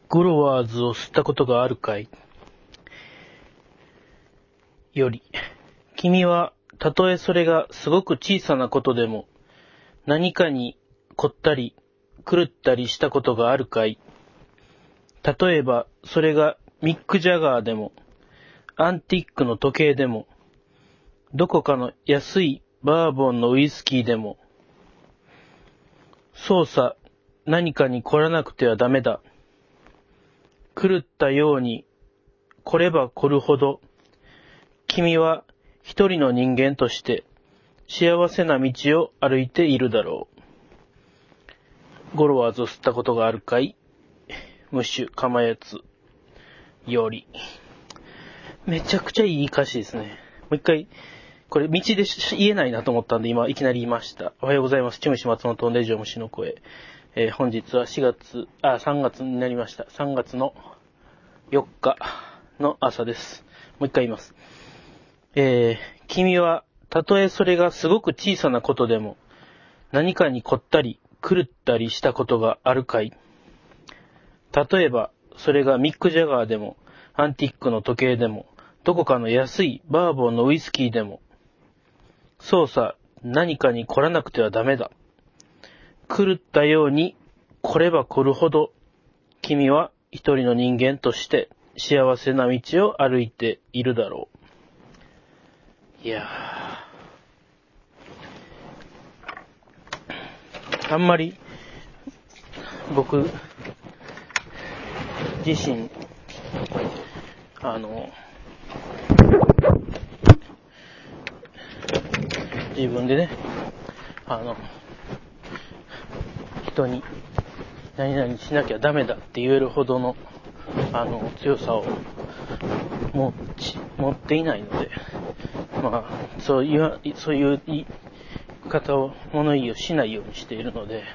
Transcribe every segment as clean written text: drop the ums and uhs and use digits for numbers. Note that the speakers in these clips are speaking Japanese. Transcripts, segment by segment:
グロワーズを吸ったことがあるかいより、君はたとえそれがすごく小さなことでも何かに凝ったり狂ったりしたことがあるかい。例えばそれがミック・ジャガーでもアンティックの時計でもどこかの安いバーボンのウイスキーでも、そうさ、何かに凝らなくてはダメだ。狂ったように凝れば凝るほど、君は一人の人間として幸せな道を歩いているだろう。ゴロワーズを吸ったことがあるかい？ムッシュかまやつより。めちゃくちゃいい歌詞ですね。もう一回、これ道で言えないなと思ったんで今いきなり言いました。おはようございます。ちむし松本レジオ虫の声。本日は3月になりました。3月の4日の朝です。もう一回言います。君はたとえそれがすごく小さなことでも何かに凝ったり狂ったりしたことがあるかい。例えばそれがミック・ジャガーでもアンティックの時計でもどこかの安いバーボンのウイスキーでも、そうさ、何かに凝らなくてはダメだ。狂ったように凝れば凝るほど、君は一人の人間として幸せな道を歩いているだろう。いやー、あんまり僕自身自分でね人に何々しなきゃダメだって言えるほどの強さを持っていないので、まあそういう言い方を物言いをしないようにしているので、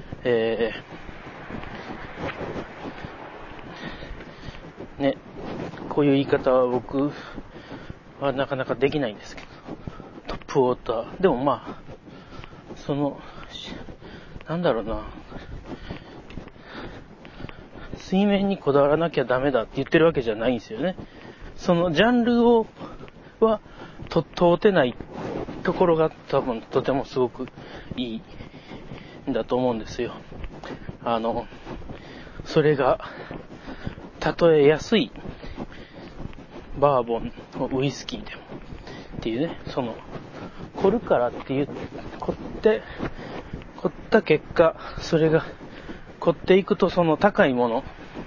ね、こういう言い方は僕はなかなかできないんですけど、トップウォーターでもまあなんだろうな、水面にこだわらなきゃダメだって言ってるわけじゃないんですよね。そのジャンルは問うてないところが多分とてもすごくいいんだと思うんですよ。それがたとえ安いバーボンのウイスキーでもっていうね、凝るからっていう凝った結果、それが凝っていくとその高いもの、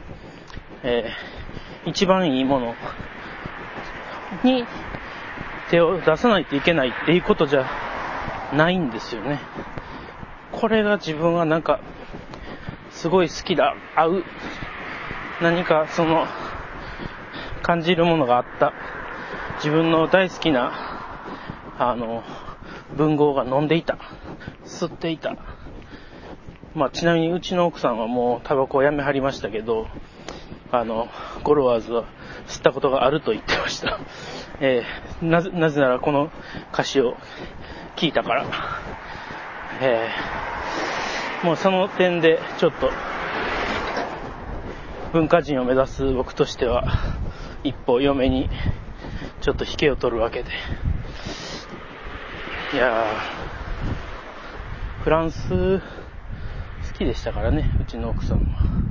一番いいものに手を出さないといけないっていうことじゃないんですよね。これが自分はなんかすごい好きだ、何か感じるものがあった。自分の大好きな文豪が飲んでいた、吸っていた。まあちなみにうちの奥さんはもうタバコをやめはりましたけど、ゴロワーズは吸ったことがあると言ってました。なぜならこの歌詞を聞いたから。もうその点でちょっと文化人を目指す僕としては一歩嫁にちょっと引けを取るわけで、いやー、フランス好きでしたからね、うちの奥さんは。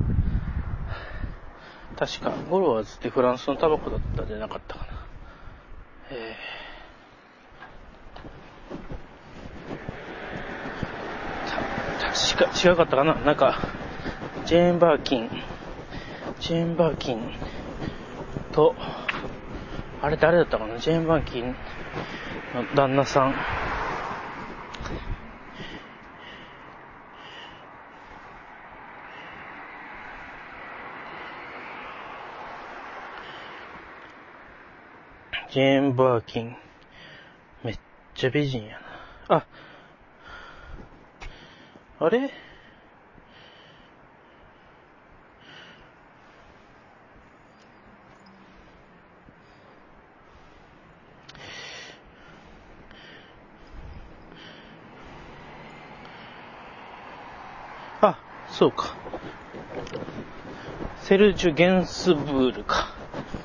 確かゴロワーズってフランスのタバコだったんじゃなかったかな。確か違かったかな。なんかジェーン・バーキンとあれ誰だったかな。ジェーン・バーキンの旦那さん、ジェーン・バーキンめっちゃ美人やな。あれそうか。 セルジュ・ゲンスブールか。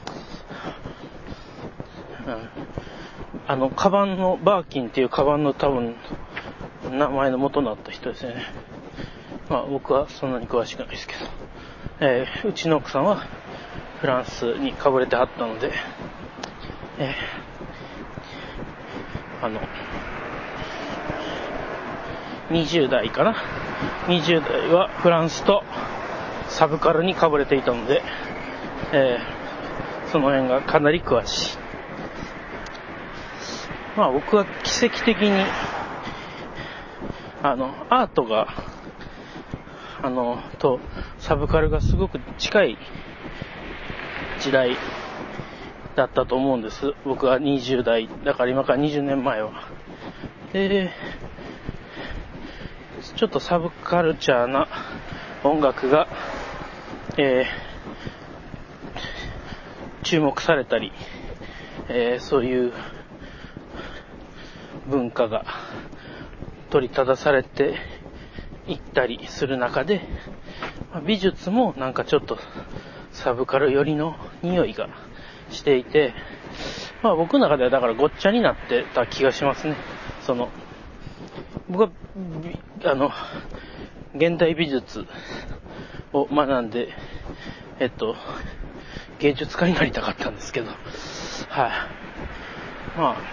カバンの、バーキンっていうカバンの多分、名前の元になった人ですね。まあ僕はそんなに詳しくないですけど。うちの奥さんはフランスにかぶれてはったので、20代かな。20代はフランスとサブカルにかぶれていたので、その辺がかなり詳しい。まあ僕は奇跡的にアートがとサブカルがすごく近い時代だったと思うんです。僕は20代だから今から20年前は。で、ちょっとサブカルチャーな音楽が、注目されたり、そういう文化が取り正されていったりする中で、美術もなんかちょっとサブカル寄りの匂いがしていて、まあ僕の中ではだからごっちゃになってた気がしますね。僕は現代美術を学んで、芸術家になりたかったんですけど、はい。まあ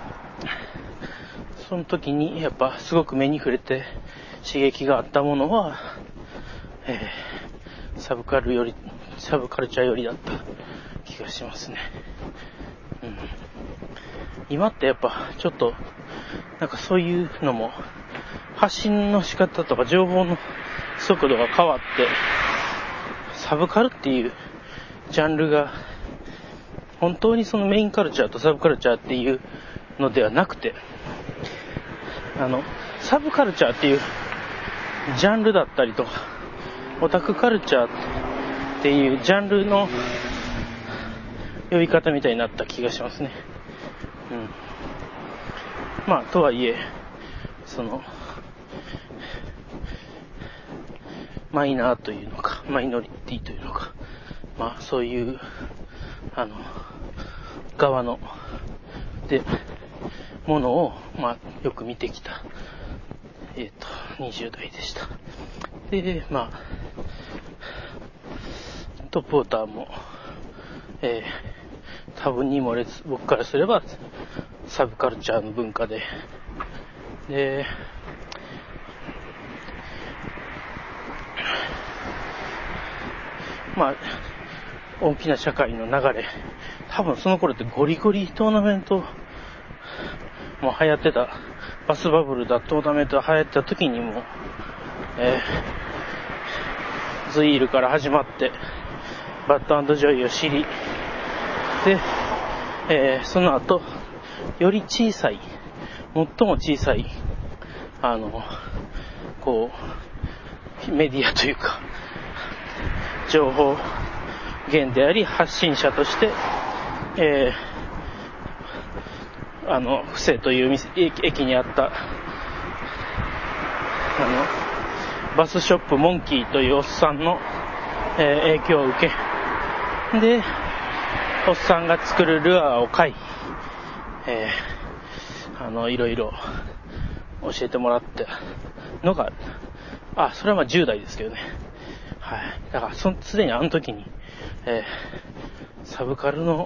その時にやっぱすごく目に触れて刺激があったものは、サブカルチャー寄りだった気がしますね。今ってやっぱちょっとなんかそういうのも発信の仕方とか情報の速度が変わって、サブカルっていうジャンルが本当にそのメインカルチャーとサブカルチャーっていうのではなくて、サブカルチャーっていうジャンルだったりとか、オタクカルチャーっていうジャンルの呼び方みたいになった気がしますね。まあとはいえマイナーというのかマイノリティというのか、まあそういう側のものをまあよく見てきた20代でした。で、まあトップウォーターも多分に漏れず僕からすればサブカルチャーの文化で、まあ大きな社会の流れ、多分その頃ってゴリゴリトーナメントも流行ってた、バスバブルだトーナメントが流行ってた時にも、ズイールから始まってバッド&ジョイを知り、で、その後より小さい、最も小さいメディアというか情報源であり発信者として、布施という駅にあったバスショップモンキーというおっさんの、影響を受けで、おっさんが作るルアーを買い、いろいろ教えてもらったのが、それはまあ10代ですけどね。はい。だからすでにあの時に、サブカルの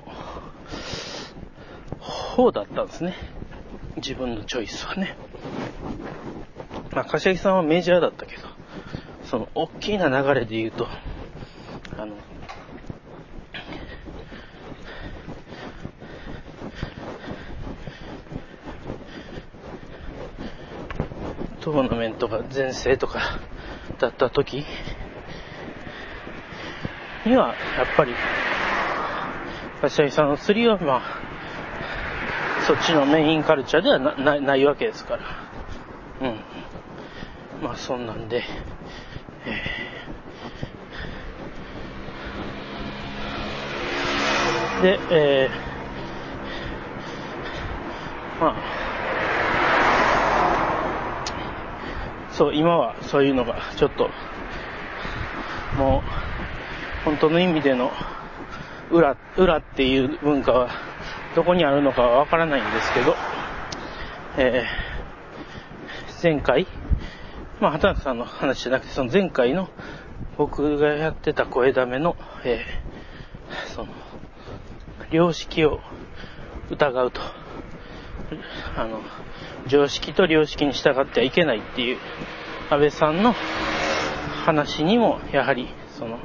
方だったんですね。自分のチョイスはね。まあ柏木さんはメジャーだったけど、その大きな流れで言うと、トーナメントが全盛とかだった時にはやっぱり柏木さんの釣りはまあそっちのメインカルチャーでは ないわけですから、まあそんなんで、で、まあそう今はそういうのがちょっともう本当の意味での裏っていう文化はどこにあるのかはわからないんですけど、前回、畑中さんの話じゃなくて、その前回の僕がやってた声だめの、その良識を疑うと、常識と良識に従ってはいけないっていう安倍さんの話にも、やはりその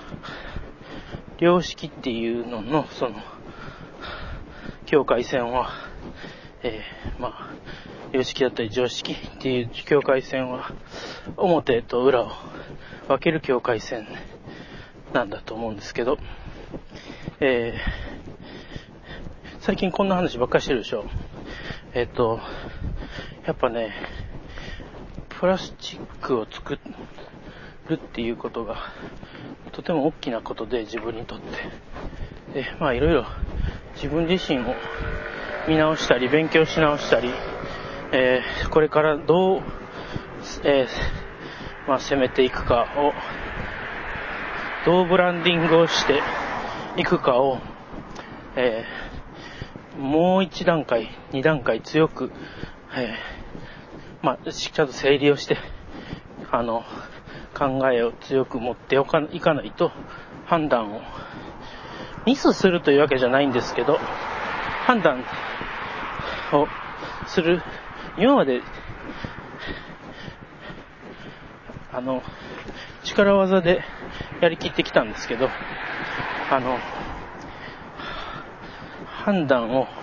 良識っていうののその境界線は、良識だったり常識っていう境界線は表と裏を分ける境界線なんだと思うんですけど、最近こんな話ばっかりしてるでしょ。やっぱね、プラスチックを作るっていうことがとても大きなことで、自分にとって。いろいろ自分自身を見直したり勉強し直したり、これからどう、攻めていくかを、どうブランディングをしていくかを、もう一段階、二段階強く、ちゃんと整理をして、考えを強く持っていかないと、判断をミスするというわけじゃないんですけど、判断をする、今まで力技でやりきってきたんですけど、判断を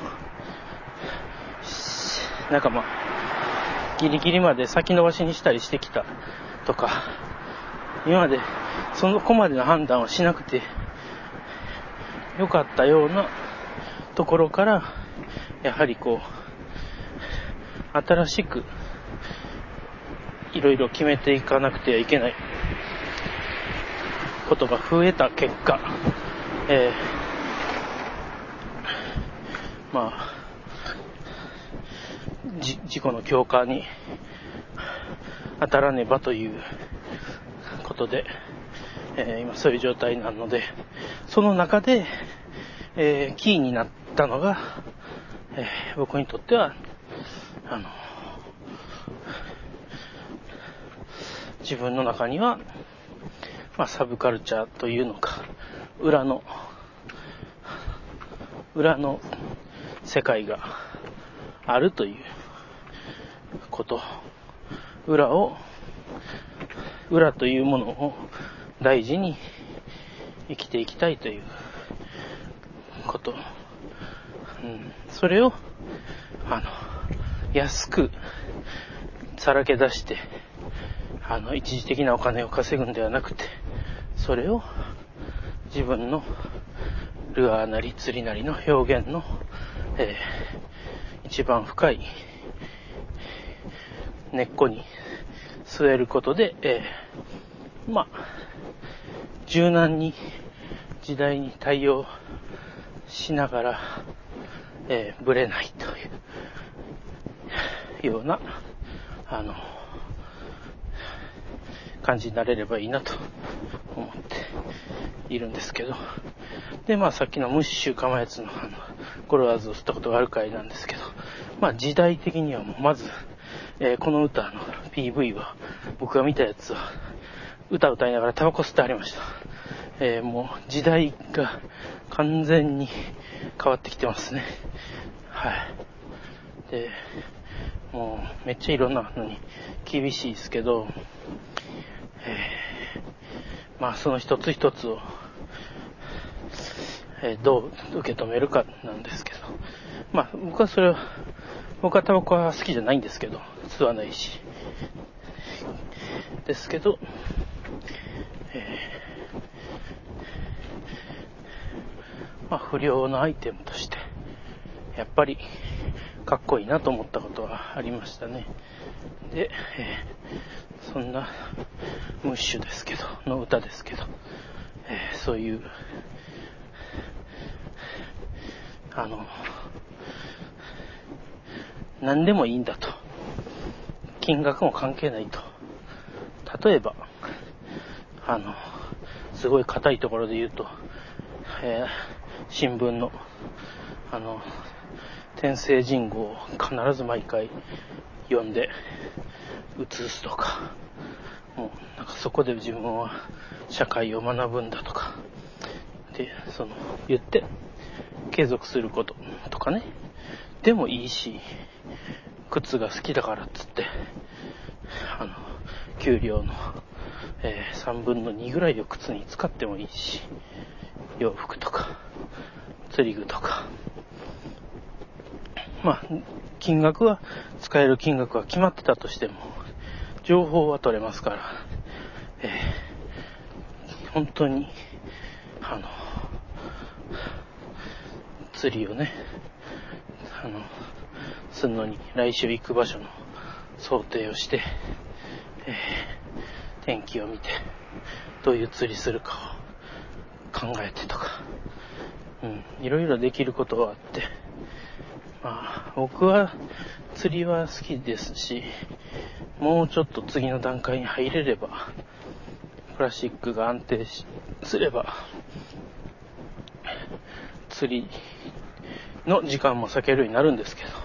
ギリギリまで先延ばしにしたりしてきたとか、今までそこまでの判断をしなくてよかったようなところから、やはり新しくいろいろ決めていかなくてはいけないことが増えた結果、自己の強化に当たらねばということで、今そういう状態なので、その中で、キーになったのが、僕にとっては自分の中には、サブカルチャーというのか、裏の世界があるということ、裏というものを大事に生きていきたいということ、それを安くさらけ出して一時的なお金を稼ぐんではなくて、それを自分のルアーなり釣りなりの表現の、一番深い根っこに据えることで、柔軟に時代に対応しながら、ブレないというような感じになれればいいなと思っているんですけど、でさっきのムッシュかまやつのゴロワーズを吸ったことがある回なんですけど、時代的にはもうまず、この歌の PV は、僕が見たやつは歌いながらタバコ吸ってありました。もう時代が完全に変わってきてますね。はい。で、もうめっちゃいろんなのに厳しいですけど、その一つ一つを、どう受け止めるかなんですけど、僕はタバコは好きじゃないんですけど、吸わないしですけど、不良のアイテムとしてやっぱりかっこいいなと思ったことはありましたね。で、そんなムッシュですけどの歌ですけど、そういう何でもいいんだと、金額も関係ないと。例えばすごい硬いところで言うと、新聞の天聖人語を必ず毎回読んで写すとか、もうなんかそこで自分は社会を学ぶんだとかで言って継続することとかね、でもいいし、靴が好きだからっつって給料の、3分の2ぐらいを靴に使ってもいいし、洋服とか釣り具とか、金額は使える金額は決まってたとしても情報は取れますから、本当に釣りをねするのに来週行く場所の想定をして、天気を見てどういう釣りするかを考えてとか、いろいろできることはあって、僕は釣りは好きですし、もうちょっと次の段階に入れれば、クラシックが安定すれば釣りの時間も避けるようになるんですけど、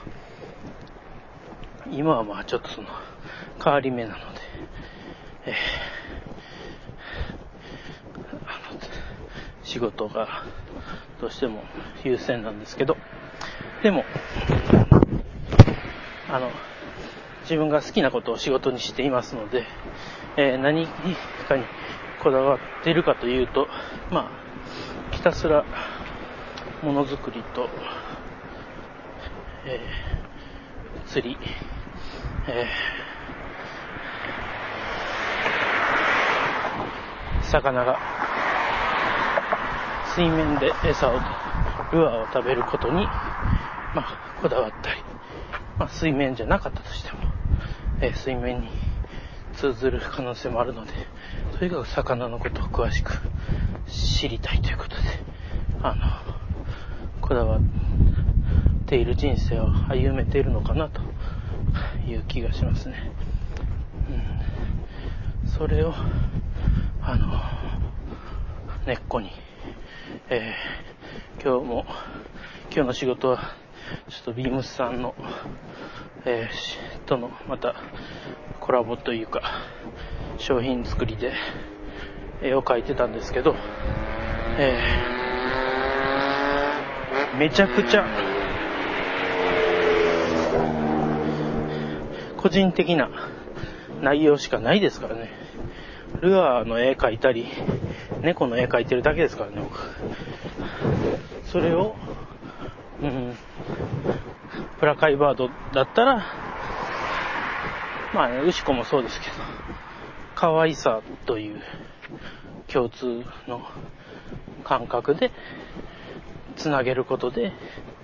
今はちょっと変わり目なので、仕事がどうしても優先なんですけど、でも自分が好きなことを仕事にしていますので、何かにこだわっているかというと、ひたすらものづくりと、釣り、魚が水面で餌をルアーを食べることに、こだわったり、水面じゃなかったとしても、水面に通ずる可能性もあるので、とにかく魚のことを詳しく知りたいということで、こだわっている人生を歩めているのかなという気がしますね。それを根っこに、今日の仕事はちょっとビームスさんの、とのまたコラボというか商品作りで絵を描いてたんですけど、めちゃくちゃ個人的な内容しかないですからね。ルアーの絵描いたり猫の絵描いてるだけですからね、僕。それをプラカイバードだったらウシコもそうですけど、可愛さという共通の感覚でつなげることで、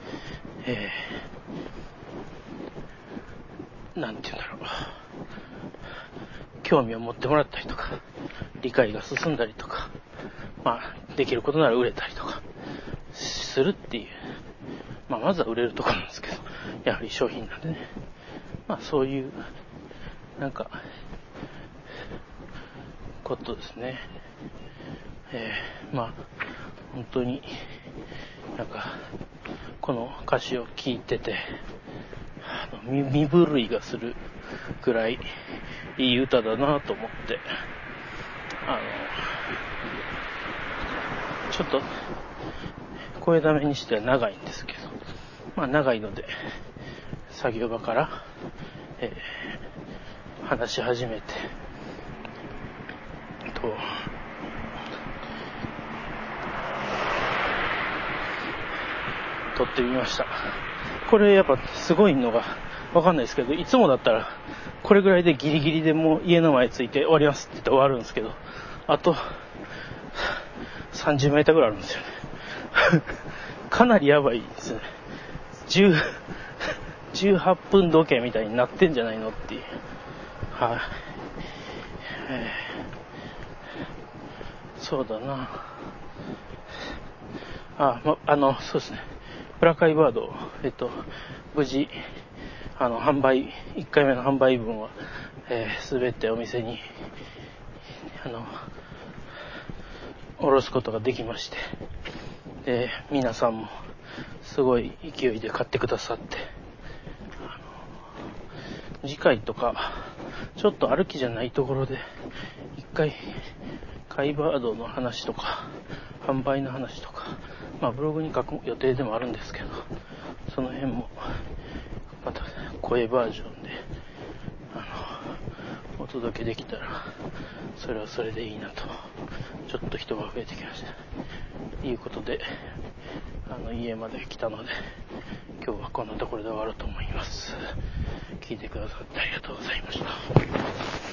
なんていうんだろう、興味を持ってもらったりとか、理解が進んだりとか、できることなら売れたりとかするっていう、まずは売れるところなんですけど、やはり商品なんでね、そういうことですね。本当にこの歌詞を聴いてて身震いがするくらいいい歌だなと思って、ちょっと声だめにしては長いんですけど、長いので作業場から、話し始めて撮ってみました。これやっぱすごいのがわかんないですけど、いつもだったらこれぐらいでギリギリでもう家の前着いて終わりますって言って終わるんですけど、あと30メーターぐらいあるんですよね。かなりやばいですね。18分時計みたいになってんじゃないのっていう。そうだな。そうですね。プラカイバード、無事、1回目の販売分は、すべてお店に、 下ろすことができまして、で、皆さんもすごい勢いで買ってくださって、次回とかちょっと歩きじゃないところで一回カイバードの話とか販売の話とか、ブログに書く予定でもあるんですけど、その辺もまた声バージョンでお届けできたらそれはそれでいいなと。ちょっと人が増えてきましたということで、家まで来たので今日はこんなところで終わろうと思います。聞いてくださってありがとうございました。